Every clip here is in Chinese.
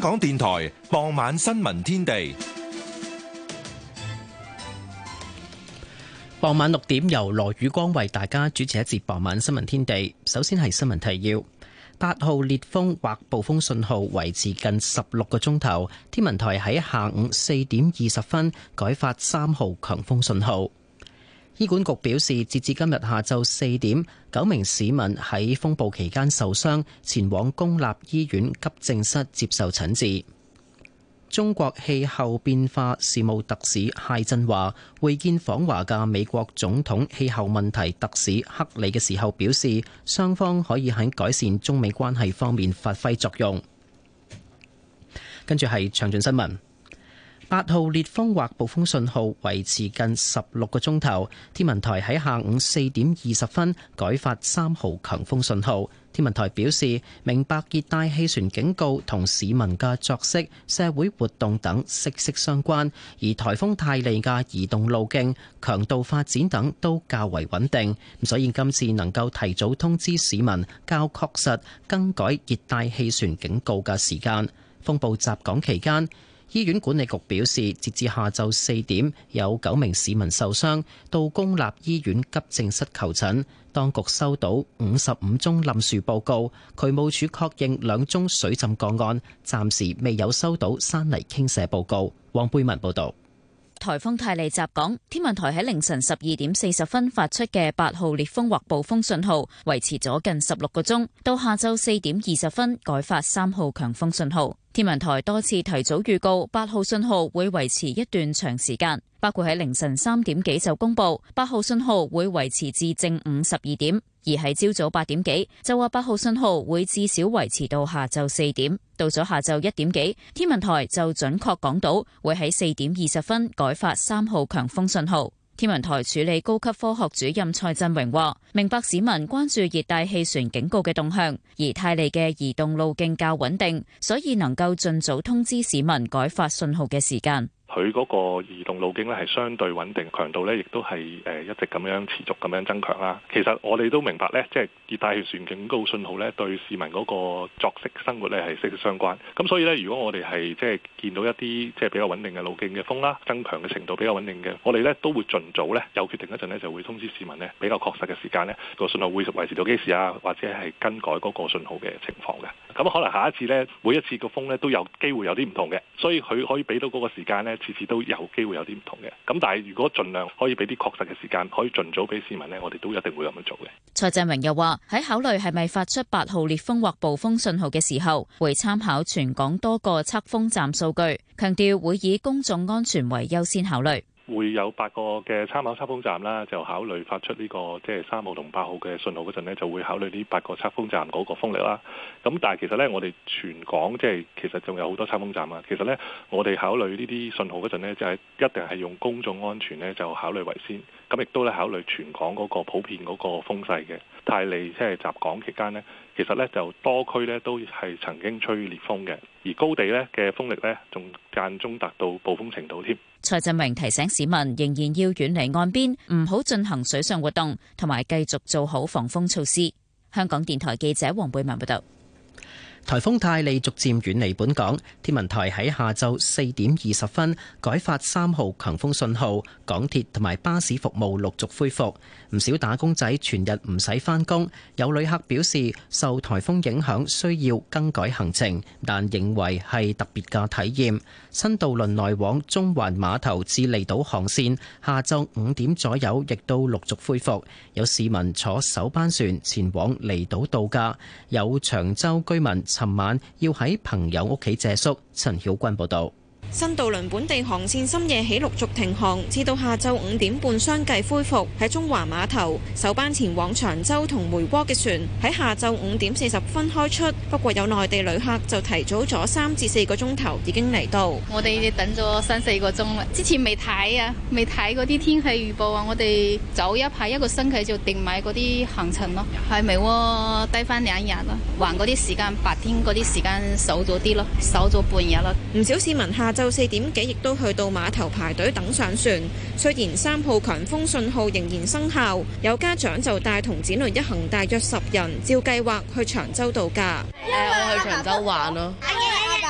港電台傍晚新聞天地。 傍晚6點由羅宇光為大家主持一節傍晚新聞天地。首先係新聞提要：8號烈風或暴風信號維持近16個鐘頭。天文台喺下午4點20分改發3號強風信號。醫管局表示，截至今日下晝4點，9名市民喺風暴期間受傷，前往公立醫院急症室接受診治。中國氣候變化事務特使謝振華會見訪華嘅美國總統氣候問題特使克里嘅時候表示，雙方可以喺改善中美關係方面發揮作用。跟住係詳盡新聞。8號烈風或暴風信號維持近16個鐘頭。天文台喺下午4點20分改發3號強風信號。天文台表示，明白熱帶氣旋警告同市民嘅作息、社會活動等息息相關，而颱風泰利嘅移動路徑、強度發展等都較為穩定，所以今次能夠提早通知市民，較確實更改熱帶氣旋警告嘅時間。風暴襲港期間，醫院管理局表示，截至下晝4點，有9名市民受傷，到公立醫院急症室求診。當局收到55宗冧樹報告，渠務署確認2宗水浸個案，暫時未有收到山泥傾瀉報告。黃貝文報導。 颱風泰利襲港，天文台喺凌晨12點40分發出嘅8號烈風或暴風信號維持咗近16個鐘，到下晝4點20分改發3號強風信號。天文台多次提早預告8號信號會維持一段長時間，包括喺凌晨3點幾就公佈8號信號會維持至正午12點，而喺朝早8點幾就話8號信號會至少維持到下晝4點。到咗下晝1點幾，天文台就準確講到會喺4點20分改發3號強風信號。天文台處理高級科學主任蔡振榮話，明白市民關注熱帶氣旋警告嘅動向，而泰利嘅移動路徑較穩定，所以能夠盡早通知市民改發信號嘅時間。 佢嗰個移動路徑咧係相對穩定，強度咧亦都係一直咁樣持續咁樣增強啦。其實我哋都明白咧，即係熱帶氣旋警告信號咧對市民嗰個作息生活咧係息息相關。咁所以咧，如果我哋係即係見到一啲即係比較穩定嘅路徑嘅風啦，增強嘅程度比較穩定嘅，我哋咧都會盡早咧有決定嗰陣咧就會通知市民咧比較確實嘅時間咧個信號會維持到幾時啊，或者係更改嗰個信號嘅情況嘅。咁可能下一次咧，每一次個風咧都有機會有啲唔同嘅，所以佢可以俾到嗰個時間咧，次次都有機會有啲唔同嘅。咁但係如果盡量可以俾啲確實嘅時間，可以盡早俾市民咧，我哋都一定會咁樣做嘅。 蔡振榮又話：喺考慮係咪發出8號烈風或暴風信號嘅時候，會參考全港多個測風站數據，強調會以公眾安全為優先考慮。 會有8個嘅參考測風站啦，就考慮發出呢個即係3號同8號嘅信號嗰陣呢，就會考慮呢8個測風站嗰個風力啦。咁但係其實呢，我哋全港即係其實仲有好多測風站啊。其實呢，我哋考慮呢啲信號嗰陣呢，就係一定係用公眾安全呢就考慮為先。咁亦都咧考慮全港嗰個普遍嗰個風勢嘅。泰利即係襲港期間呢，其實呢就多區呢都係曾經吹烈風嘅，而高地呢嘅風力呢仲間中達到暴風程度添。 蔡振榮提醒市民仍然要遠離岸邊，唔好進行水上活動，同埋繼續做好防風措施。香港電台記者黃貝文報道。 颱風泰利逐漸遠離本港，天文台喺下晝4點20分改發3號強風信號，港鐵同埋巴士服務陸續恢復。唔少打工仔全日唔使返工，有旅客表示受颱風影響需要更改行程，但認為係特別嘅體驗。新渡輪來往中環碼頭至離島航線下晝5點左右亦都陸續恢復，有市民坐首班船前往離島度假，有長洲居民尋晚要喺朋友屋企借宿。陳曉君報道。 新渡輪本地航線深夜起陸續停航，至到下晝5點半相繼恢復。喺中環碼頭首班前往長洲同梅窩嘅船喺下晝5點40分開出，不過有內地旅客就提早咗3至4個鐘頭已經嚟到。 我哋等咗3、4個鐘啦，之前未睇嗰啲天氣預報啊，我哋早一排1個星期就訂買嗰啲行程咯，係咪喎？低翻2日啦，還嗰啲時間白天嗰啲時間少咗啲咯，少咗半日啦。 唔少市民下晝4點幾亦都去到碼頭排隊等上船。雖然3號強風信號仍然生效，有家長就帶同子女一行大約10人，照計劃去長洲度假。 我去長洲玩咯。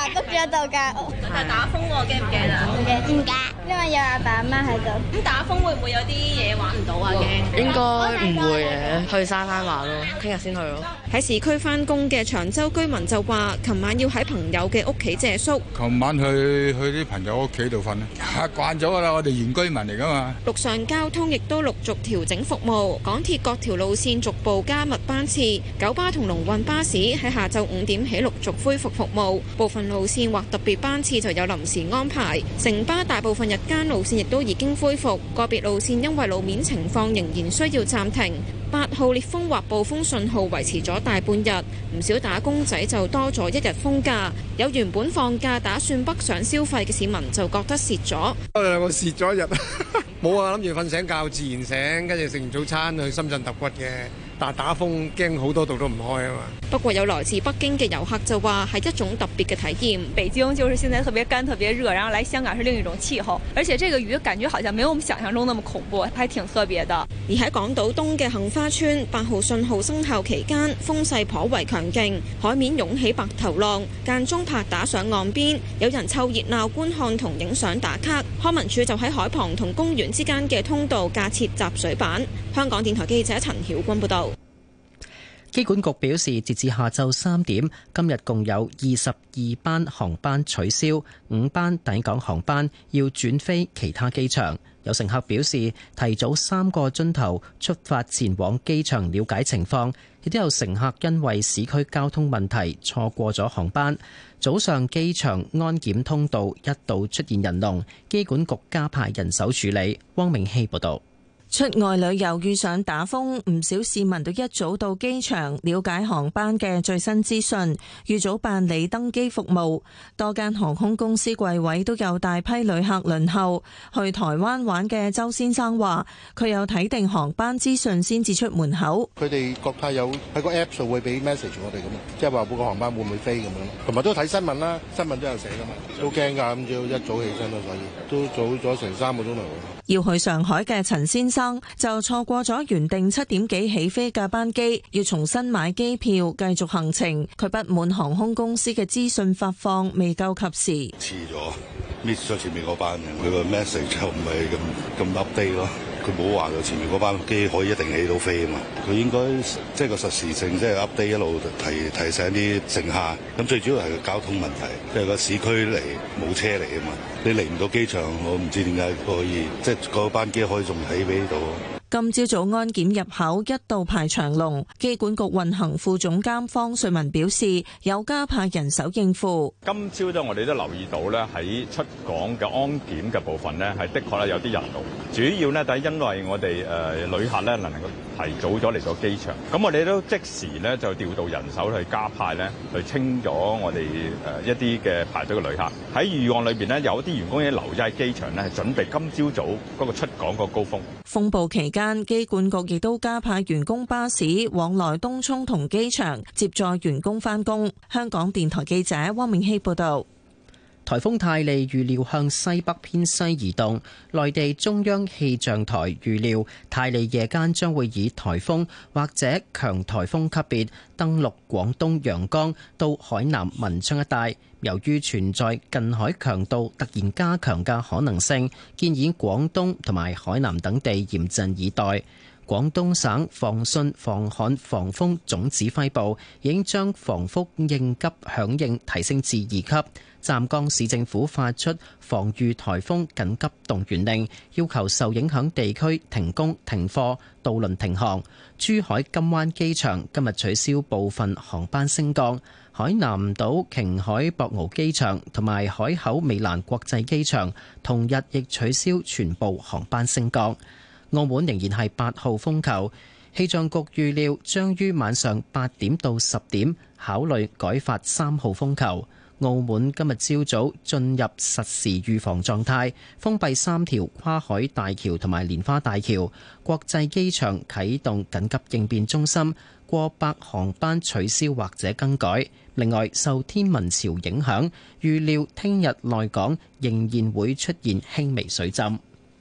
啊，都住喺度㗎。 但係打風喎，驚唔驚啊？ 唔驚，因為有阿爸阿媽喺度。 咁打風會唔會有啲嘢玩唔到啊？驚？ 應該唔會嘅，去沙灘玩咯，聽日先去咯。 喺市區返工嘅長洲居民就話，琴晚要喺朋友嘅屋企借宿。 琴晚去啲朋友屋企度瞓，慣咗㗎啦，我哋原居民嚟㗎嘛。 陸上交通亦都陸續調整服務，港鐵各條路線逐步加密班次，九巴同龍運巴士喺下晝5點起陸續恢復服務，部分路線或特別班次就有臨時安排。城巴大部分日間路線亦都已經恢復，個別路線因為路面情況仍然需要暫停。8號烈風或暴風信號維持咗大半日，唔少打工仔就多咗一日風假。有原本放假打算北上消費嘅市民就覺得蝕咗。 我蝕咗一日，冇啊！諗住瞓醒覺自然醒，跟住食完早餐去深圳揼骨嘅。但打風驚好多度都唔開啊嘛。 不過有來自北京嘅遊客就話係一種特別嘅體驗。 北京就是現在特別乾特別熱，然後來香港是另一種氣候，而且這個雨感覺好像沒有我們想象中那麼恐怖，還挺特別的。 而喺港島東嘅杏花村8號信號生效期間，風勢頗為強勁，海面湧起白頭浪，間中拍打上岸邊，有人湊熱鬧觀看同影相打卡。康文署就喺海旁同公園之間嘅通道架設集水板。香港電台記者陳曉君報道。 機管局表示，截至下晝3點，今日共有22班航班取消，5班抵港航班要轉飛其他機場。有乘客表示，提早3個鐘頭出發前往機場了解情況，亦都有乘客因為市區交通問題錯過咗航班。早上機場安檢通道一度出現人龍，機管局加派人手處理。汪明希報導。 出外旅遊遇上打風，唔少市民都一早到機場了解航班嘅最新資訊，預早辦理登機服務。多間航空公司櫃位都有大批旅客輪候。去台灣玩嘅周先生話，佢有睇定航班資訊先至出門口。 佢哋國泰有喺個 app 度會俾 message 我哋咁啊，即係話每個航班會唔會飛咁樣，同埋都睇新聞啦，新聞都有寫噶嘛，都驚㗎，咁要一早起身咯，所以都早咗成3個鐘頭。 要去上海嘅陳先生就錯過咗原定7點幾起飛嘅班機，要重新買機票繼續行程。佢不滿航空公司嘅資訊發放未夠及時， 遲咗 miss 咗前面嗰班，佢個 message 就唔係咁 update 咯。佢冇話到前面嗰班機可以一定起到飛啊嘛，佢應該即係個實時性，即係 update 一路提醒啲乘客。咁最主要係個交通問題，即係個市區嚟冇車嚟啊嘛，你嚟唔到機場，我唔知點解可以，即係嗰班機可以仲起飛到。 今朝早安檢入口一度排長龍，機管局運行副總監方瑞文表示，有加派人手應付。 今朝咧，我哋都留意到咧，喺出港嘅安檢嘅部分咧，係的確咧有啲人龍。主要咧，就係因為我哋旅客咧能夠提早咗嚟到機場，咁我哋都即時咧就調度人手去加派咧，去清咗我哋一啲嘅排隊嘅旅客。喺預案裏邊咧，有啲員工已經留咗喺機場咧，係準備今朝早嗰個出港個高峰。 風暴期間，機管局亦都加派員工巴士往來東涌同機場接載員工返工。香港電台記者汪明希報道。 颱風泰利預料向西北偏西移動，內地中央氣象台預料泰利夜間將會以颱風或者強颱風級別登陸廣東陽江到海南文昌一帶。由於存在近海強度突然加強嘅可能性，建議廣東同埋海南等地嚴陣以待。廣東省防汛防旱防風總指揮部已經將防風應急響應提升至2級。湛江市政府發出防禦颱風緊急動員令，要求受影響地區停工停課、渡輪停航。珠海金灣機場今日取消部分航班升降，海南島瓊海博鰲機場同埋海口美蘭國際機場同日亦取消全部航班升降。澳門仍然係8號風球，氣象局預料將於晚上8點到10點考慮改發3號風球。澳門今日朝早進入實時預防狀態，封閉3條跨海大橋同埋蓮花大橋，國際機場啟動緊急應變中心，過百航班取消或者更改。另外，受天文潮影響，預料聽日內港仍然會出現輕微水浸。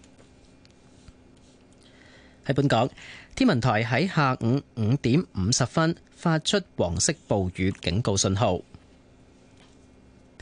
喺本港，天文台喺下午5點50分發出黃色暴雨警告信號。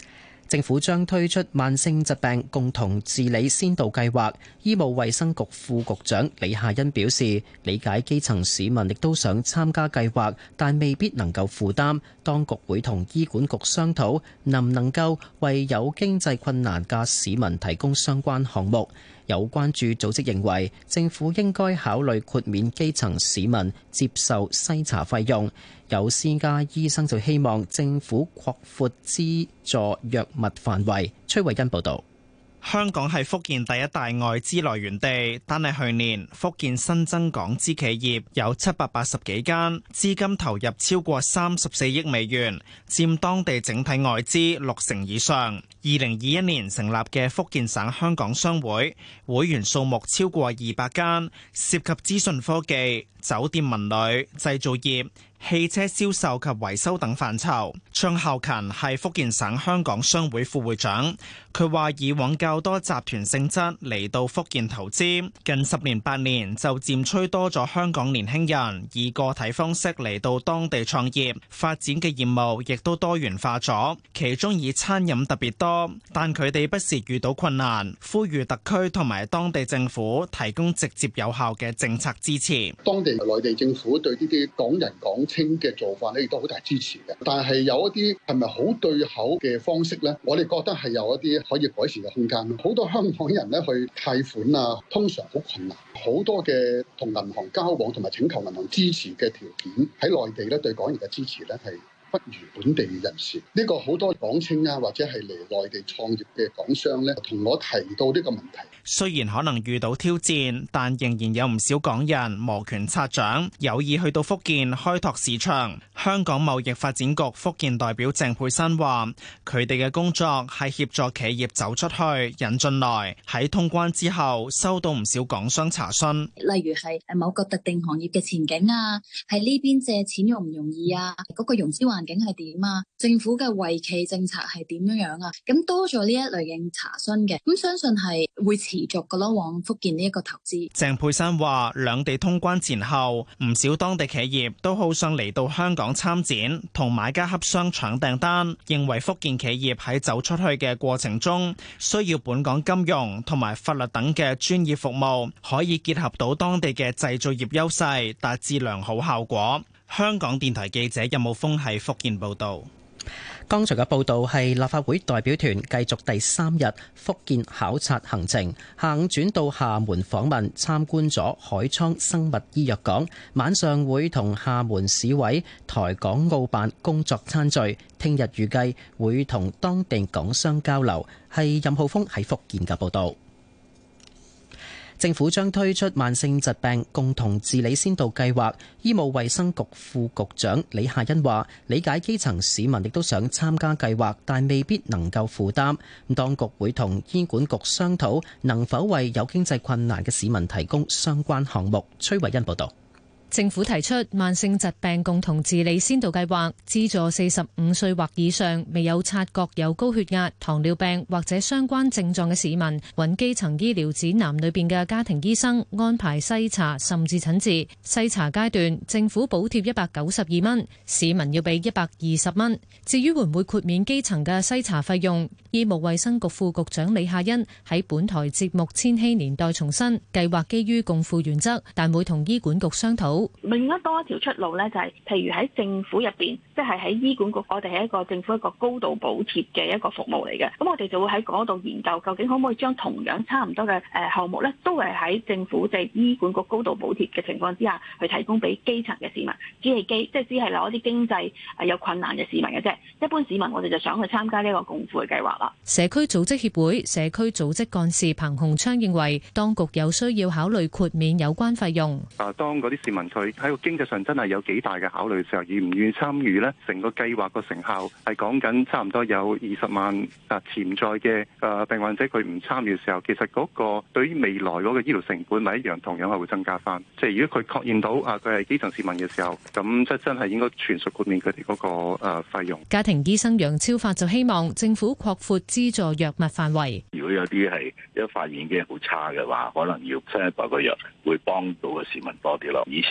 政府將推出慢性疾病共同治理先導計劃。醫務衛生局副局長李夏茵表示，理解基層市民亦都想參加計劃，但未必能夠負擔。當局會同醫管局商討，能唔能夠為有經濟困難嘅市民提供相關項目。有關注組織認為，政府應該考慮豁免基層市民接受篩查費用。有私家醫生就希望政府擴闊資助藥物範圍。崔慧欣報導。 香港係福建第一大外資來源地，單係去年福建新增港資企業有780幾間，資金投入超過34億美元，佔當地整體外資60%以上。2021年成立嘅福建省香港商會，會員數目超過200間，涉及資訊科技、酒店文旅、製造業、汽車銷售及維修等範疇。張孝勤係福建省香港商會副會長，佢話以往較多集團性質嚟到福建投資，近10年8年就漸趨多咗香港年輕人以個體方式嚟到當地創業，發展嘅業務亦都多元化咗，其中以餐飲特別多，但佢哋不時遇到困難，呼籲特區同埋當地政府提供直接有效嘅政策支持。 當地內地政府對呢啲港人港青嘅做法咧，亦都好大支持嘅。但係有一啲係咪好對口嘅方式咧？我哋覺得係有一啲可以改善嘅空間。好多香港人咧去貸款啊，通常好困難。好多嘅同銀行交往同埋請求銀行支持嘅條件喺內地咧，對港人嘅支持咧係不如本地人士。呢個好多港青啊，或者係嚟內地創業嘅港商咧，同我提到呢個問題。 雖然可能遇到挑戰，但仍然有唔少港人摩拳擦掌，有意去到福建開拓市場。香港貿易發展局福建代表鄭佩珊話，佢哋嘅工作係協助企業走出去、引進來。喺通關之後，收到唔少港商查詢， 例如係某個特定行業嘅前景啊，喺呢邊借錢容唔容易啊？嗰個融資環境係點啊？政府嘅惠企政策係點樣啊？咁多咗呢一類型查詢嘅，咁相信係會持續嘅咯，往福建呢一個投資。 鄭佩珊話，兩地通關前後，唔少當地企業都好想嚟到香港參展，同買家洽商搶訂單。認為福建企業喺走出去嘅過程中，需要本港金融同埋法律等嘅專業服務，可以結合到當地嘅製造業優勢，達至良好效果。香港電台記者任武峰喺福建報道。 剛才嘅報道係立法會代表團繼續第3日福建考察行程，下午轉到廈門訪問參觀咗海滄生物醫藥港，晚上會同廈門市委台港澳辦工作餐聚，聽日預計會同當地港商交流。係任浩峰喺福建嘅報道。政府將推出慢性疾病共同治理先導計劃，醫務衛生局副局長李夏茵話：理解基層市民亦都想參加計劃，但未必能夠負擔。當局會同醫管局商討，能否為有經濟困難嘅市民提供相關項目。崔慧欣報導。 政府提出慢性疾病共同治理先導計劃，資助45歲或以上未有察覺有高血壓、糖尿病或者相關症狀嘅市民，揾基層醫療指南裏邊嘅家庭醫生安排篩查甚至診治。篩查階段政府補貼192蚊，市民要俾120蚊。至於會唔會豁免基層嘅篩查費用，醫務衛生局副局長李夏茵喺本台節目《千禧年代》重申，計劃基於共付原則，但會同醫管局商討。 另外多一條出路咧，就係譬如喺政府入邊，即係喺醫管局，我哋係一個政府一個高度補貼嘅一個服務嚟嘅。咁我哋就會喺嗰度研究，究竟可唔可以將同樣差唔多嘅項目咧，都係喺政府即係醫管局高度補貼嘅情況之下，去提供俾基層嘅市民，只係攞啲經濟有困難嘅市民嘅啫。一般市民我哋就想去參加呢一個共付嘅計劃啦。 社區組織協會社區組織幹事彭鴻昌認為，當局有需要考慮豁免有關費用。 當嗰啲市民佢喺個經濟上真係有幾大嘅考慮嘅時候，願唔願意參與呢？成個計劃個成效係講緊差唔多有20萬潛在嘅病患者，佢唔參與嘅時候，其實嗰個對於未來嗰個醫療成本咪一樣，同樣係會增加翻。即係如果佢確認到佢係基層市民嘅時候，咁即係真係應該全數豁免佢哋嗰個費用。 家庭醫生楊超發就希望政府擴闊資助藥物範圍。 如果有啲係一發現已經好差嘅話，可能要新一代嘅藥會幫到個市民多啲咯。以前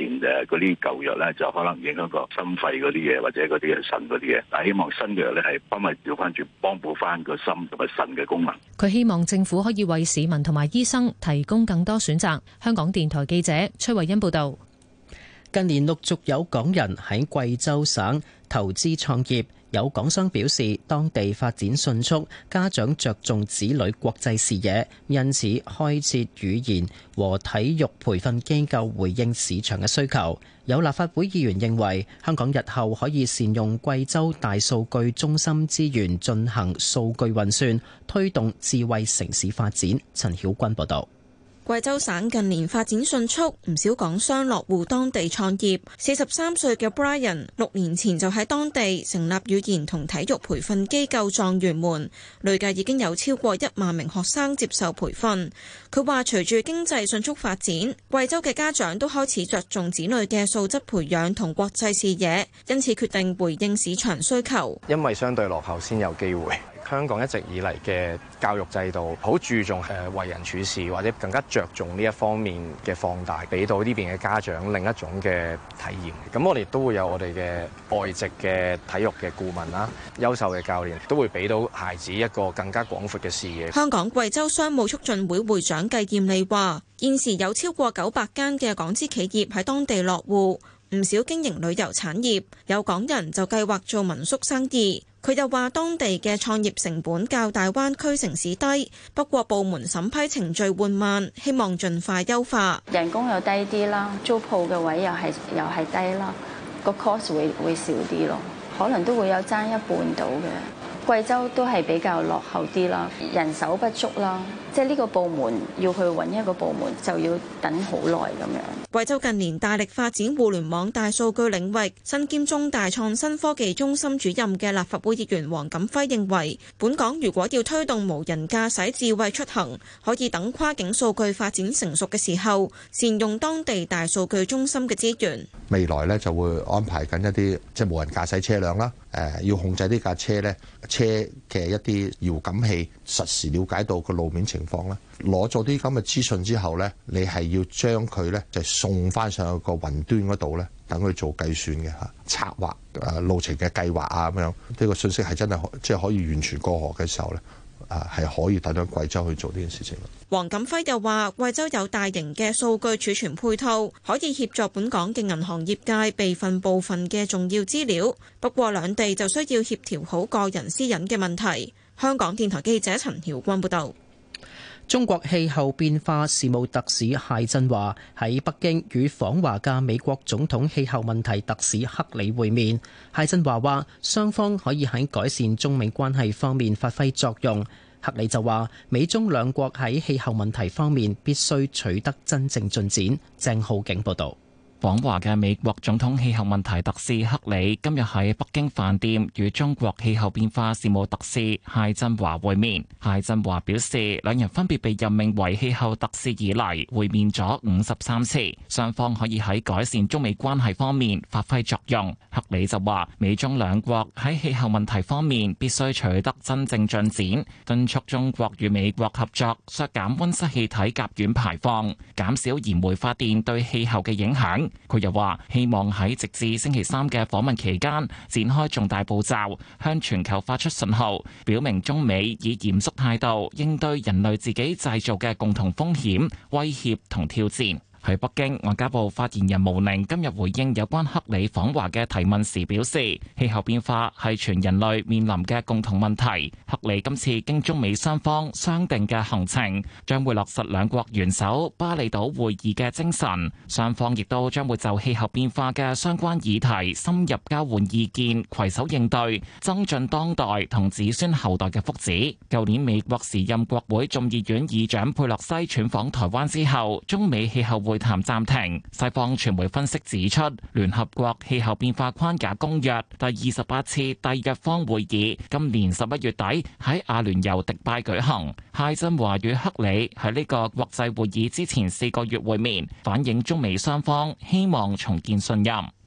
嗰啲舊藥咧，就可能影響個心肺嗰啲嘢，或者嗰啲腎嗰啲嘢。但係希望新嘅藥咧係幫佢調翻轉，幫補翻個心同埋腎嘅功能。 佢希望政府可以為市民同埋醫生提供更多選擇。香港電台記者崔慧欣報道。 近年陸續有港人喺貴州省投資創業，有港商表示當地發展迅速，家長着重子女國際視野，因此開設語言和體育培訓機構回應市場嘅需求。有立法會議員認為，香港日後可以善用貴州大數據中心資源進行數據運算，推動智慧城市發展。陳曉君報導。 貴州省近年發展迅速，唔少港商落戶當地創業。43歲嘅 Brian 6年前就喺當地成立語言同體育培訓機構狀元門，累計已經有超過1萬名學生接受培訓。佢話隨住經濟迅速發展，貴州嘅家長都開始着重子女嘅素質培養同國際視野，因此決定回應市場需求。 因為相對落後先有機會。香港一直以嚟嘅教育制度好注重為人處事，或者更加着重呢一方面嘅放大，俾到呢邊嘅家長另一種嘅體驗。咁我哋都會有我哋嘅外籍嘅體育嘅顧問啦，優秀嘅教練都會俾到孩子一個更加廣闊嘅視野。 香港貴州商務促進會會長計艷利話，現時有超過900間嘅港資企業喺當地落戶，唔少經營旅遊產業，有港人就計劃做民宿生意。佢又話當地嘅創業成本較大灣區城市低，不過部門審批程序緩慢，希望盡快優化。 人工又低啲啦，租鋪嘅位又係低啦，個 cost 會少啲咯，可能都會有爭一半到嘅。貴州都係比較落後啲啦，人手不足啦，即係呢個部門要去揾一個部門就要等好耐咁樣。 貴州近年大力發展互聯網大數據領域，身兼中大創新科技中心主任嘅立法會議員黃錦輝認為，本港如果要推動無人駕駛智慧出行，可以等跨境數據發展成熟嘅時候，善用當地大數據中心嘅資源。 未來呢就會安排緊一啲即係無人駕駛車輛啦，要控制呢架車呢，車嘅一啲遙感器實時了解到個路面情況啦。攞咗啲咁嘅資訊之後呢，你係要將佢呢就送翻上去個雲端嗰度呢，等佢做計算嘅嚇，策劃路程嘅計劃啊咁樣。呢個信息係真係即係可以完全過河嘅時候呢，係可以帶到貴州去做呢件事情。 黃錦輝又話，貴州有大型嘅數據儲存配套，可以協助本港嘅銀行業界備份部分嘅重要資料。不過兩地就需要協調好個人私隱嘅問題。香港電台記者陳曉君報導。 中國氣候變化事務特使謝振華喺北京與訪華嘅美國總統氣候問題特使克里會面。謝振華話，雙方可以喺改善中美關係方面發揮作用。克里就話，美中兩國喺氣候問題方面必須取得真正進展。鄭浩景報導。 訪華嘅美國總統氣候問題特使克里今日喺北京飯店與中國氣候變化事務特使謝振華會面。謝振華表示，兩人分別被任命為氣候特使以嚟會面咗53次，雙方可以喺改善中美關係方面發揮作用。克里就話，美中兩國喺氣候問題方面必須取得真正進展，敦促中國與美國合作削減溫室氣體甲烷排放，減少燃煤發電對氣候嘅影響。佢又話，希望喺直至星期3嘅訪問期間展開重大步驟，向全球發出信號，表明中美以嚴肅態度應對人類自己製造嘅共同風險、威脅同挑戰。喺北京，外交部發言人毛寧今日回應有關克里訪華嘅提問時表示，氣候變化係全人類面臨嘅共同問題。克里今次經中美雙方商定嘅行程，將會落實兩國元首巴厘島會議嘅精神，雙方亦都將會就氣候變化嘅相關議題深入交換意見，攜手應對，增進當代同子孫後代嘅福祉。舊年美國時任國會眾議院議長佩洛西竄訪台灣之後，中美氣候會談暫停。西方傳媒分析指出，聯合國氣候變化框架公約第28次締約方會議今年11月底喺阿聯酋迪拜舉行。謝振華與克里喺呢個國際會議之前4個月會面，反映中美雙方希望重建信任。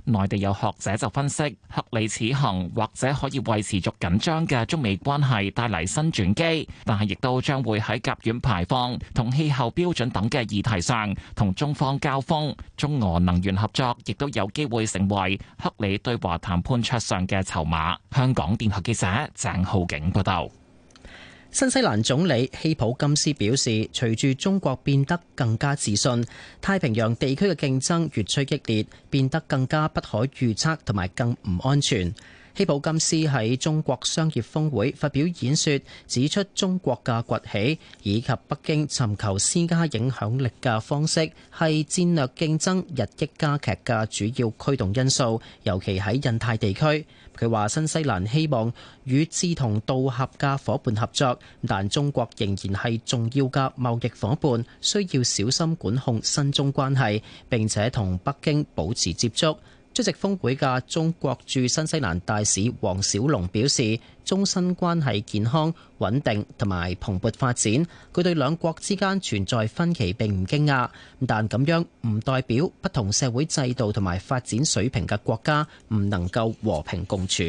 內地有學者就分析，克里此行或者可以為持續緊張嘅中美關係帶嚟新轉機，但係亦都將會喺甲烷排放同氣候標準等嘅議題上同中方交鋒。中俄能源合作亦都有機會成為克里對華談判桌上嘅籌碼。香港電台記者鄭浩景報道。 新西蘭總理希普金斯表示，隨住中國變得更加自信，太平洋地區嘅競爭越趨激烈，變得更加不可預測同埋更唔安全。希普金斯喺中國商業峰會發表演說，指出中國嘅崛起以及北京尋求施加影響力嘅方式，係戰略競爭日益加劇嘅主要驅動因素，尤其喺印太地區。佢話新西蘭希望與志同道合嘅伙伴合作，但中國仍然係重要嘅貿易伙伴，需要小心管控新中關係，並且同北京保持接觸。出席峰會嘅中國駐新西蘭大使黃小龍表示，中新關係健康穩定同埋蓬勃發展。佢對兩國之間存在分歧並唔驚訝，但咁樣唔代表不同社會制度同埋發展水平嘅國家唔能夠和平共處。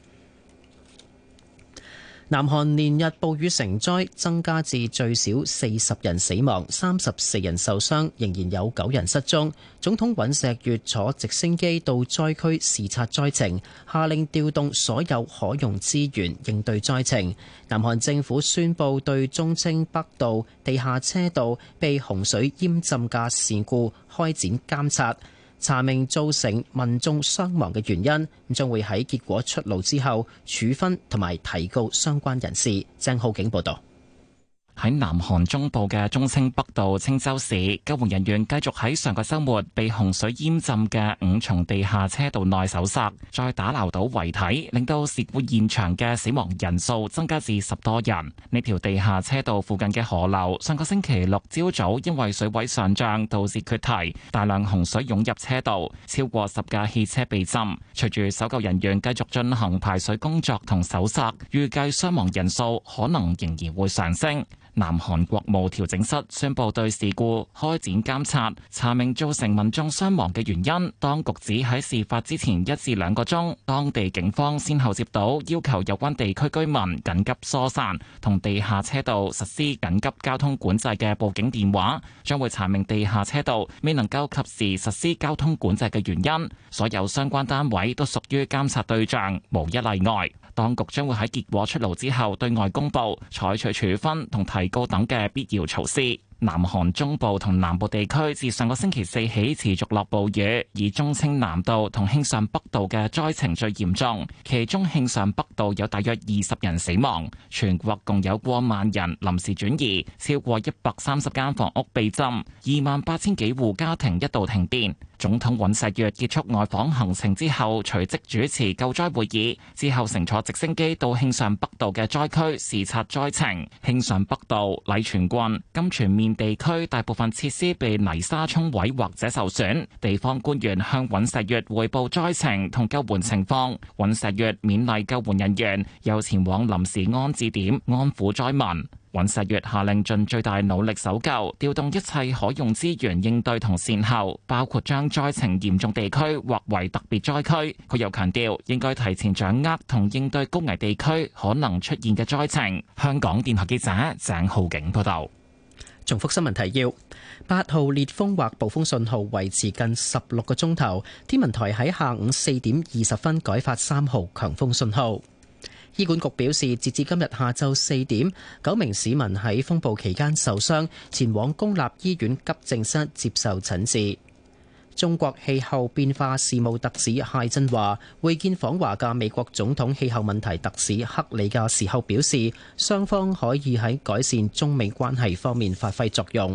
南韓連日暴雨成災，增加至最少40人死亡、34人受傷，仍然有9人失蹤。總統尹錫悅坐直升機到災區視察災情，下令調動所有可用資源應對災情。南韓政府宣布對中清北道地下車道被洪水淹浸嘅事故開展監察，查明造成民眾傷亡嘅原因，將會喺結果出爐之後處分同埋提告相關人士。鄭浩景報道。 喺南韓中部嘅中清北道清州市，救援人員繼續喺上個週末被洪水淹浸嘅5重地下車道內搜索，再打撈到遺體，令到事故現場嘅死亡人數增加至10多人。呢條地下車道附近嘅河流，上個星期六朝早因為水位上漲導致決堤，大量洪水湧入車道，超過10架汽車被浸。隨住搜救人員繼續進行排水工作同搜索，預計傷亡人數可能仍然會上升。南韓國務調整室宣布對事故開展監察，查明造成民眾傷亡嘅原因。當局指喺事發之前1至2個鐘，當地警方先後接到要求有關地區居民緊急疏散同地下車道實施緊急交通管制嘅報警電話，將會查明地下車道未能夠及時實施交通管制嘅原因。所有相關單位都屬於監察對象，無一例外。當局將會喺結果出爐之後對外公佈，採取處分同提告等嘅必要措施。南韓中部同南部地區自上個星期4起持續落暴雨，以中清南道同慶尚北道嘅災情最嚴重，其中慶尚北道有大約20人死亡，全國共有過萬人臨時轉移，超過130間房屋被浸，28,000幾戶家庭一度停電。總統尹錫悅結束外訪行程之後，隨即主持救災會議，之後乘坐直升機到慶尚北道嘅災區視察災情。慶尚北道禮泉郡金泉面地區大部分設施被泥沙沖毀或者受損，地方官員向尹錫悅匯報災情同救援情況。尹錫悅勉勵救援人員，又前往臨時安置點安撫災民。尹錫悅下令盡最大努力搜救，調動一切可用資源應對同善後，包括將災情嚴重地區劃為特別災區。佢又強調應該提前掌握同應對高危地區可能出現嘅災情。香港電台記者鄭浩景報道。 重複新聞提要：8號烈風或暴風信號維持近16個鐘頭。天文台喺下午4點20分改發3號強風信號。醫管局表示，截至今日下晝4點，9名市民喺風暴期間受傷，前往公立醫院急症室接受診治。中國氣候變化事務特使謝振華會見訪華嘅美國總統氣候問題特使克里嘅時候表示，雙方可以喺改善中美關係方面發揮作用。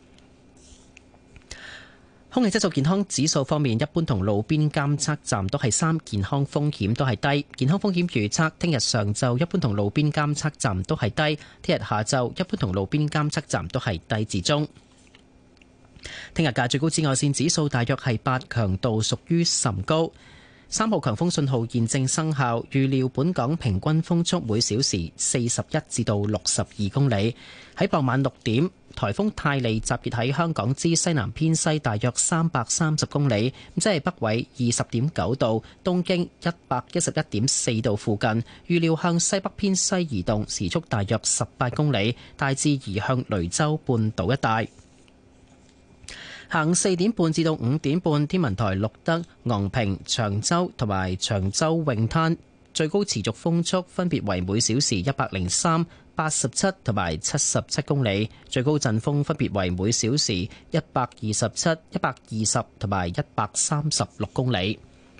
空氣質素健康指數方面，一般同路邊監測站都係3，健康風險都係低。健康風險預測，聽日上晝一般同路邊監測站都係低，聽日下晝一般同路邊監測站都係低至中。聽日嘅最高紫外線指數大約係8，強度屬於甚高。 3號強風信號現正生效，預料本港平均風速每小時41至到62公里。喺傍晚6點，颱風泰利集結喺香港之西南偏西大約330公里，即係北緯20.9度、東經111.4度附近。預料向西北偏西移動，時速大約18公里，大致移向雷州半島一帶。下午4點半至到5點半，天文台錄得昂坪、長洲同埋長洲泳灘最高持續風速分別為每小時103、87同埋77公里，最高陣風分別為每小時127、120同埋136公里。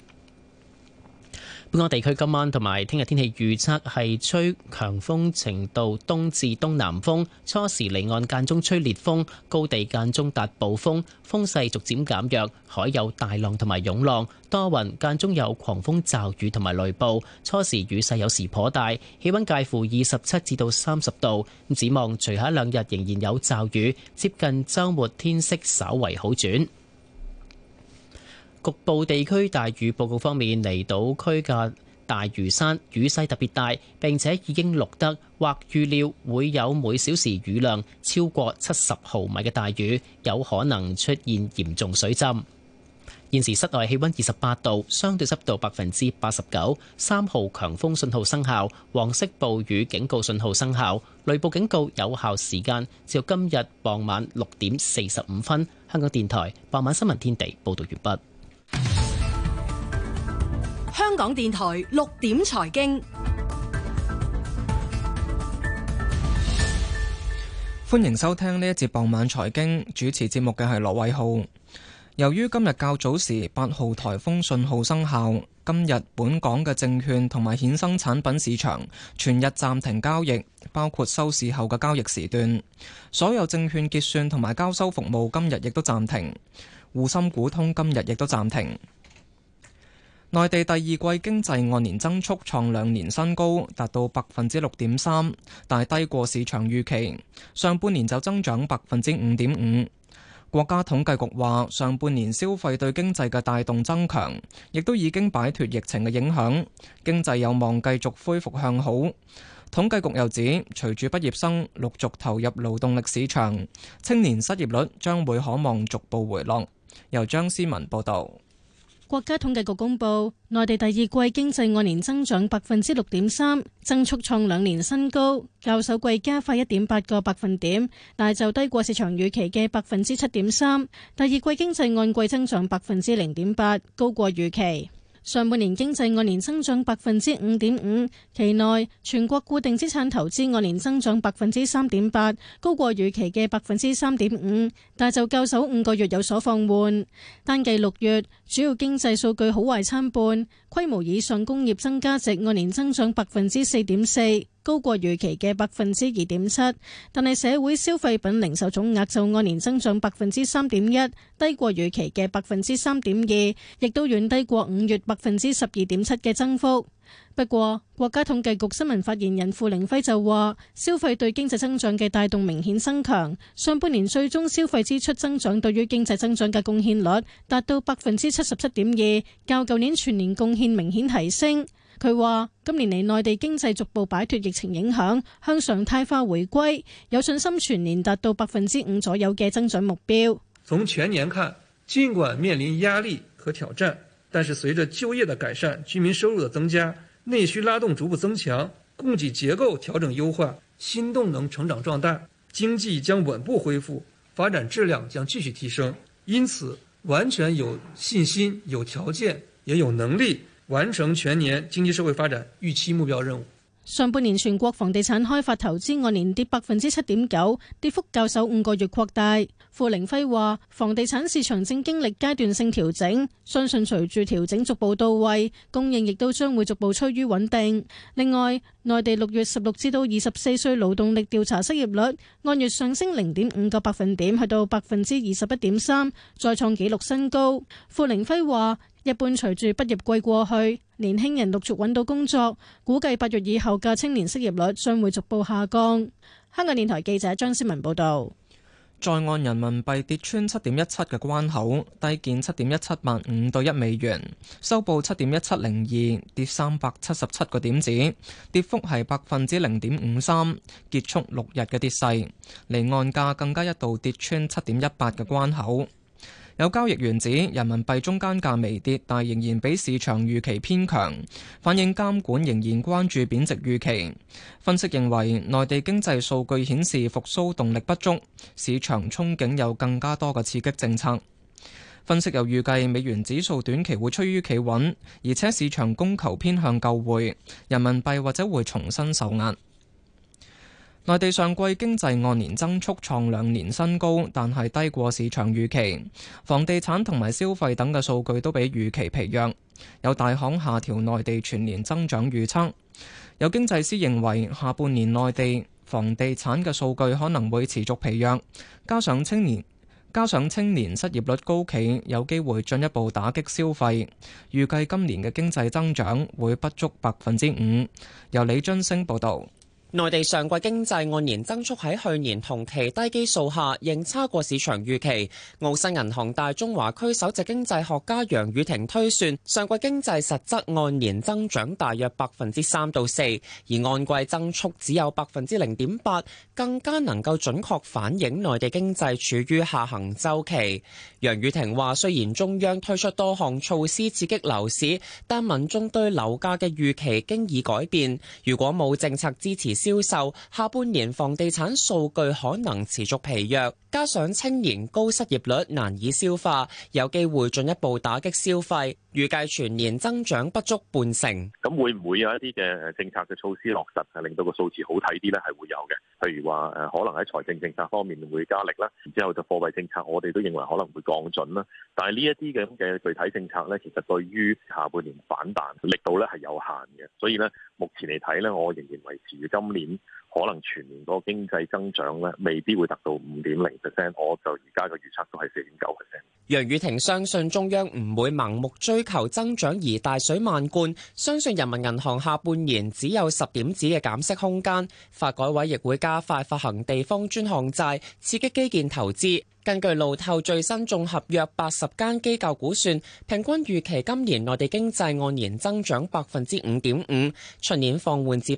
本港地區今晚同埋聽日天氣預測係吹強風程度東至東南風，初時離岸間中吹烈風，高地間中達暴風，風勢逐漸減弱，海有大浪同埋湧浪，多雲間中有狂風驟雨同埋雷暴，初時雨勢有時頗大，氣溫介乎27至到30度。展望隨後一兩日仍然有驟雨，接近週末天色稍為好轉。局部地區大雨報告方面，離島區嘅大嶼山雨勢特別大，並且已經錄得或預料會有每小時雨量超過70毫米嘅大雨，有可能出現嚴重水浸。現時室外氣溫28度，相對濕度89%，3號強風信號生效，黃色暴雨警告信號生效，雷暴警告有效時間至到今日傍晚6點45分。香港電台傍晚新聞天地報道完畢。 香港電台6點財經， 歡迎收聽呢一節傍晚財經，主持節目嘅係羅偉浩。由於今日較早時8號颱風信號生效，今日本港嘅證券同埋衍生產品市場全日暫停交易，包括收市後嘅交易時段。所有證券結算同埋交收服務今日亦都暫停，滬深股通今日亦都暫停。內地第二季經濟按年增速創2年新高，達到6.3%，但係低過市場預期。上半年就增長5.5%。國家統計局話，上半年消費對經濟嘅帶動增強，亦都已經擺脫疫情嘅影響，經濟有望繼續恢復向好。統計局又指，隨住畢業生陸續投入勞動力市場，青年失業率將會可望逐步回落。由張思文報導。 國家統計局公布，內地第二季經濟按年增長6.3%，增速創2年新高，較首季加快1.8個百分點，但就低過市場預期嘅7.3%。第二季經濟按季增長0.8%，高過預期。上半年經濟按年增長5.5%，期內全國固定資產投資按年增長3.8%，高過預期嘅3.5%，但就較首5個月有所放緩。單計6月，主要經濟數據好壞參半，規模以上工業增加值按年增長4.4%。高過預期嘅2.7%，但係社會消費品零售總額就按年增長3.1%，低過預期嘅3.2%，亦都遠低過5月12.7%嘅增幅。不過，國家統計局新聞發言人付凌暉就話，消費對經濟增長嘅帶動明顯增強，上半年最終消費支出增長對於經濟增長嘅貢獻率達到77.2%，較舊年全年貢獻明顯提升。佢話：今年嚟內地經濟逐步擺脫疫情影響，向常態化回歸，有信心全年達到5%左右嘅增長目標。 從全年看，儘管面臨壓力和挑戰，但是隨着就業的改善、居民收入的增加、內需拉動逐步增強、供給結構調整優化、新動能成長壯大，經濟將穩步恢復，發展質量將繼續提升。因此，完全有信心、有條件，也有能力完成全年經濟社會發展預期目標任務。 上半年全國房地產開發投資按年跌7.9%，跌幅較首5個月擴大。付凌暉話：房地產市場正經歷階段性調整，相信隨住調整逐步到位，供應亦都將會逐步趨於穩定。另外，內地6月16至到24歲勞動力調查失業率按月上升0.5個百分點，去到21.3%，再創紀錄新高。付凌暉話：一般隨住畢業季過去，年輕人陸續揾到工作，估計8月以後嘅青年失業率將會逐步下降。香港電台記者張思文報道。 在岸人民幣跌穿7.17嘅關口，低見7.1785對1美元，收報7.1702，跌377個點子，跌幅係0.53%，結束6日嘅跌勢。離岸價更加一度跌穿7.18嘅關口。有交易員指人民幣中間價微跌，但仍然比市場預期偏強，反映監管仍然關注貶值預期。分析認為，內地經濟數據顯示復甦動力不足，市場憧憬有更加多嘅刺激政策。分析又預計美元指數短期會趨於企穩，而且市場供求偏向購匯，人民幣或者會重新受壓。內地上季經濟按年增速創2年新高，但係低過市場預期。房地產同埋消費等嘅數據都比預期疲弱，有大行下調內地全年增長預測。有經濟師認為，下半年內地房地產嘅數據可能會持續疲弱，加上青年失業率高企，有機會進一步打擊消費。預計今年嘅經濟增長會不足5%。由李津升報導。 內地上季經濟按年增速喺去年同期低基數下，仍差過市場預期。澳新銀行大中華區首席經濟學家楊宇霆推算，上季經濟實質按年增長大約3%到4%，而按季增速只有0.8%，更加能夠準確反映內地經濟處於下行週期。楊宇霆話：雖然中央推出多項措施刺激樓市，但民眾對樓價嘅預期經已改變。如果冇政策支持銷售，下半年房地產數據可能持續疲弱，加上青年高失業率難以消化，有機會進一步打擊消費。預計全年增長不足半成。 咁會唔會有一啲嘅政策嘅措施落實，係令到個數字好睇啲呢？係會有嘅。譬如話可能喺財政政策方面會加力啦，然之後就貨幣政策，我哋都認為可能會降準啦。但係呢一啲嘅具體政策呢，其實對於下半年反彈力度呢係有限嘅。所以呢，目前嚟睇呢，我仍然維持住今年可能全年個經濟增長呢未必會達到5.0%，我就而家嘅預測都係4.9%。 楊宇霆相信中央唔會盲目追求增長而大水漫灌，相信人民銀行下半年只有10點子嘅減息空間，發改委亦會加快發行地方專項債，刺激基建投資。根據路透最新綜合約80間機構估算，平均預期今年內地經濟按年增長5.5%，出年放緩至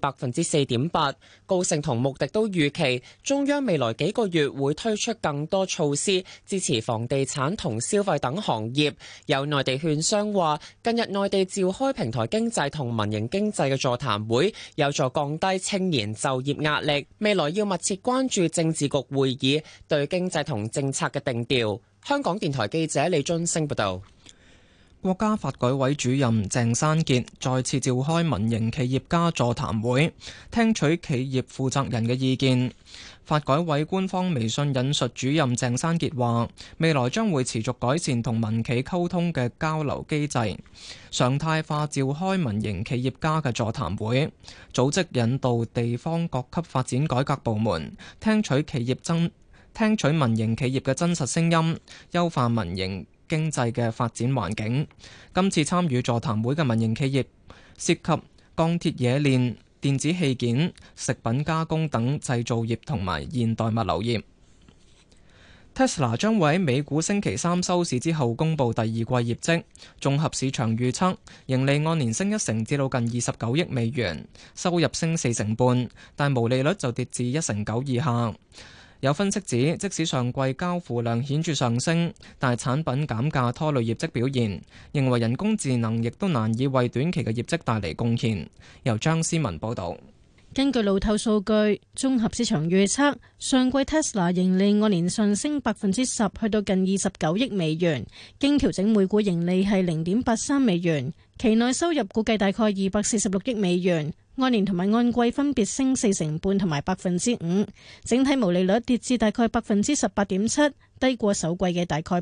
4.8%。高盛同穆迪都預期中央未來幾個月會推出更多措施支持房地產同消費等行業。有內地券商話，近日內地召開平台經濟同民營經濟嘅座談會，有助降低青年就業壓力。未來要密切關注政治局會議對經濟同政策嘅定調。香港電台記者李津升報道。 國家發改委主任鄭山傑再次召開民營企業家座談會，聽取企業負責人嘅意見。發改委官方微信引述主任鄭山傑話，未來將會持續改善同民企溝通嘅交流機制，常態化召開民營企業家嘅座談會，組織引導地方各級發展改革部門聽取民營企業嘅真實聲音，優化民營經濟嘅發展環境。今次參與座談會嘅民營企業涉及鋼鐵冶煉、電子器件、食品加工等製造業同埋現代物流業。Tesla 將會喺美股星期三收市之後公布第二季業績，綜合市場預測，盈利按年升1成至到近29億美元，收入升4成半，但毛利率就跌至1成9以下。有分析指，即使上季交付量顯著上升，但係產品減價拖累業績表現，認為人工智能亦都難以為短期嘅業績帶嚟貢獻。由張思文報導。 根據路透數據，綜合市場預測，上季 Tesla 盈利按年上升10%，去到近29億美元，經調整每股盈利係0.83美元。期內收入估計大概246億美元，按年同埋按季分別升4成半同埋5%，整體毛利率跌至大概18.7%，低過首季嘅大概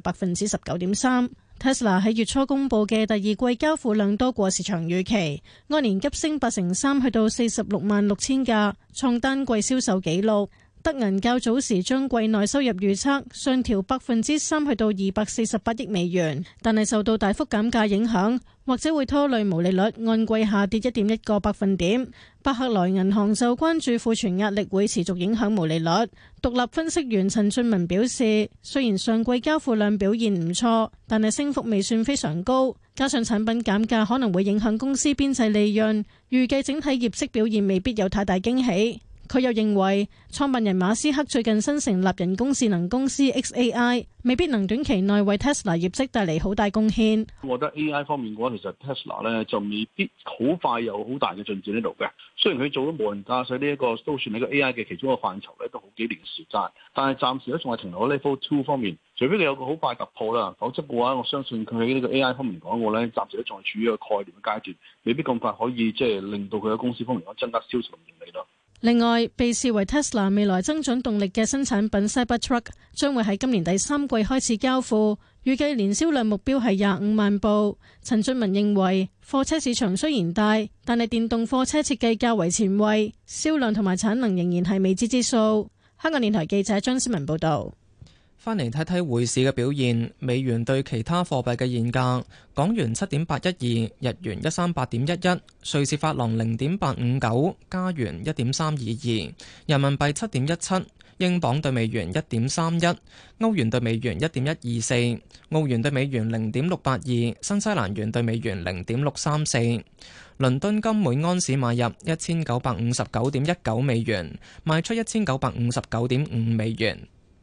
19.3%。Tesla 喺月初公布嘅第二季交付量多過市場預期，按年急升8成3，去到466000架，創單季銷售紀錄。 德銀較早時將季內收入預測上調3%去到248億美元，但係受到大幅減價影響，或者會拖累毛利率按季下跌1.1個百分點。巴克萊銀行就關注庫存壓力會持續影響毛利率。獨立分析員陳俊文表示，雖然上季交付量表現唔錯，但係升幅未算非常高，加上產品減價可能會影響公司邊際利潤，預計整體業績表現未必有太大驚喜。佢又認為，創辦人馬斯克最近新成立人工智能公司 XAI， 未必能短期內為 Tesla 業績帶嚟好大貢獻。 我覺得 AI 方面嘅話，其實 Tesla 咧就未必好快有好大嘅進展喺度嘅。雖然佢做咗無人駕駛呢一個都算係個 AI 嘅其中一個範疇咧，都好幾年時間，但係暫時都仲係停留喺 Level 2方面。除非佢有個好快突破啦，否則嘅話，我相信佢喺呢個 AI 方面講嘅咧，暫時都仲係處於一個概念嘅階段，未必咁快可以令到佢嘅公司方面增加銷售同盈利咯。 另外，被視為 Tesla 未來增長動力嘅新產品 Cybertruck 將會喺今年第3季開始交付，預計年銷量目標係25萬部。陳俊文認為，貨車市場雖然大，但係電動貨車設計較為前衛，銷量同埋產能仍然係未知之數。香港電台記者張思文報道。 翻嚟睇睇匯市嘅表現，美元對其他貨幣嘅現價：港元7.812，日元138.11，瑞士法郎0.859，加元1.322，人民幣7.17，英鎊對美元1.31，歐元對美元1.124，澳元對美元0.682，新西蘭元對美元0.634。倫敦金每安士買入1959.19美元，賣出1959.5美元。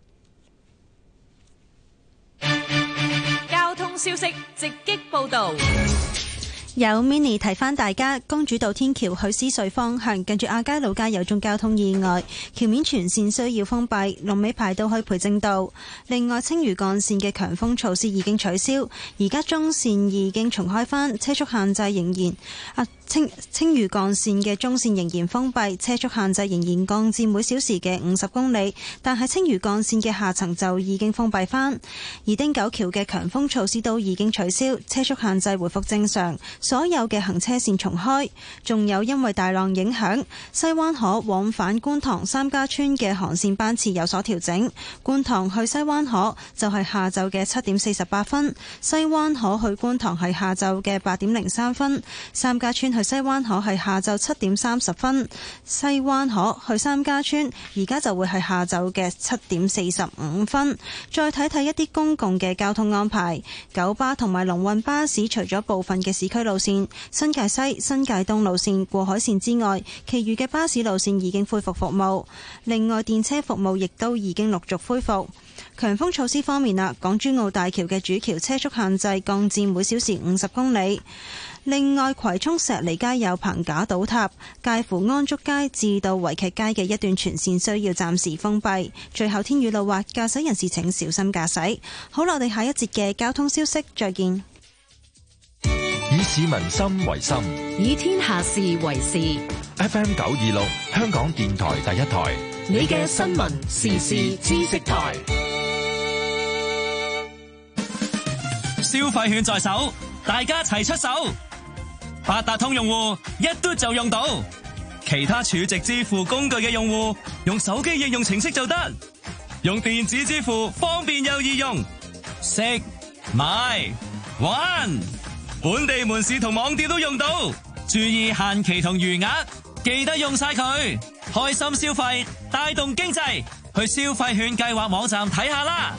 交通消息直擊報道。 有 mini 提翻大家，公主道天橋去獅隧方向近住亞皆老街有宗交通意外，橋面全線需要封閉，龍尾排到去培正道。另外，青嶼幹線嘅強風措施已經取消，而家中線已經重開返，車速限制仍然青嶼幹線嘅中線仍然封閉，車速限制仍然降至每小時嘅50公里，但係青嶼幹線嘅下層就已經封閉返。而汀九橋嘅強風措施都已經取消，車速限制回復正常，所有嘅行車線重開。仲有因為大浪影響，西灣河往返觀塘三家村嘅航線班次有所調整，觀塘去西灣河就係下晝嘅7點48分，西灣河去觀塘係下晝嘅8點03分，三家村去西灣河係下晝7點30分，西灣河去三家村而家就會係下晝嘅7點45分。再睇睇一啲公共嘅交通安排，九巴同埋龍運巴士除咗部分嘅市區路線、新界西、新界東路線、過海線之外，其餘嘅巴士路線已經恢復服務。另外，電車服務亦都已經陸續恢復。強風措施方面啦，港珠澳大橋嘅主橋車速限制降至每小時50公里。另外，葵涌石梨街有棚架倒塌，介乎安竹街至到維劇街嘅一段全線需要暫時封閉。最後，天雨路滑，駕駛人士請小心駕駛。好啦，我哋下一節嘅交通消息再見。 以市民心為心， 以天下事為事。 FM 926，香港電台第一台， 你嘅新聞時事知識台。 消費券在手，大家齊出手。八達通用戶一嘟就用到，其他儲值支付工具嘅用戶用手機應用程式就得，用電子支付方便又易用。食、買、玩，本地門市同網店都用到，注意限期同餘額，記得用晒佢。開心消費，帶動經濟，去消費券計劃網站睇下啦。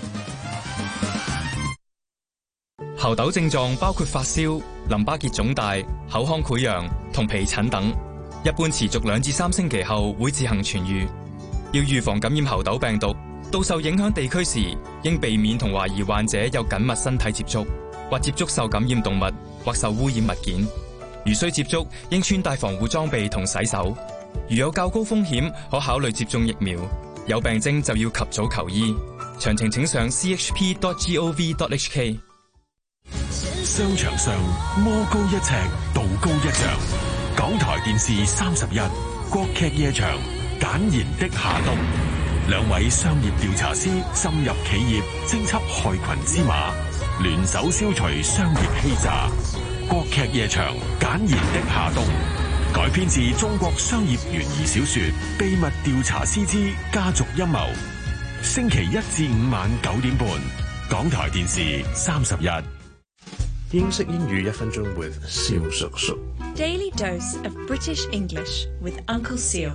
猴痘症狀包括發燒、淋巴結腫大、口腔潰瘍同皮疹等，一般持續2至3星期後會自行痊癒。要預防感染猴痘病毒，到受影響地區時，應避免同懷疑患者有緊密身體接觸，或接觸受感染動物或受污染物件。如需接觸，應穿戴防護裝備同洗手。如有較高風險，可考慮接種疫苗。有病徵就要及早求醫。詳情請上 chp.gov.hk。 商場上魔高一尺，道高一丈。港台電視31國劇夜場，簡言的夏冬。2位商業調查師深入企業，偵緝害群之馬，聯手消除商業欺詐。國劇夜場，簡言的夏冬。 改編自中國商業懸疑小說《秘密調查師之家族陰謀》。星期1至5晚9點半，港台電視31。 英式英語1分鐘 with 蕭叔叔。 Daily dose of British English with Uncle Seal。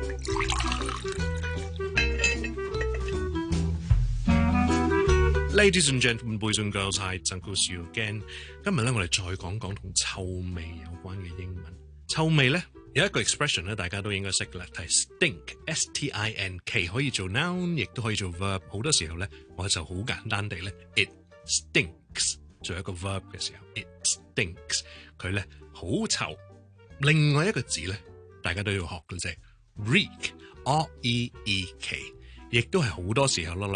Ladies and gentlemen, boys and girls, hi, it's Uncle Seal again。今日咧，我哋再講講同臭味有關嘅英文。臭味咧有一個 expression 咧，大家都應該識嘅啦，係 stink，S-T-I-N-K， 可以做 noun， 亦都可以做 verb。好多時候咧，我就好簡單地咧 ，it stinks 做一個 verb 嘅時候 ，it stinks， 佢咧好臭。另外一個字咧，大家都要學嘅啫 ，reek，R-E-E-K， 亦都係好多時候咯。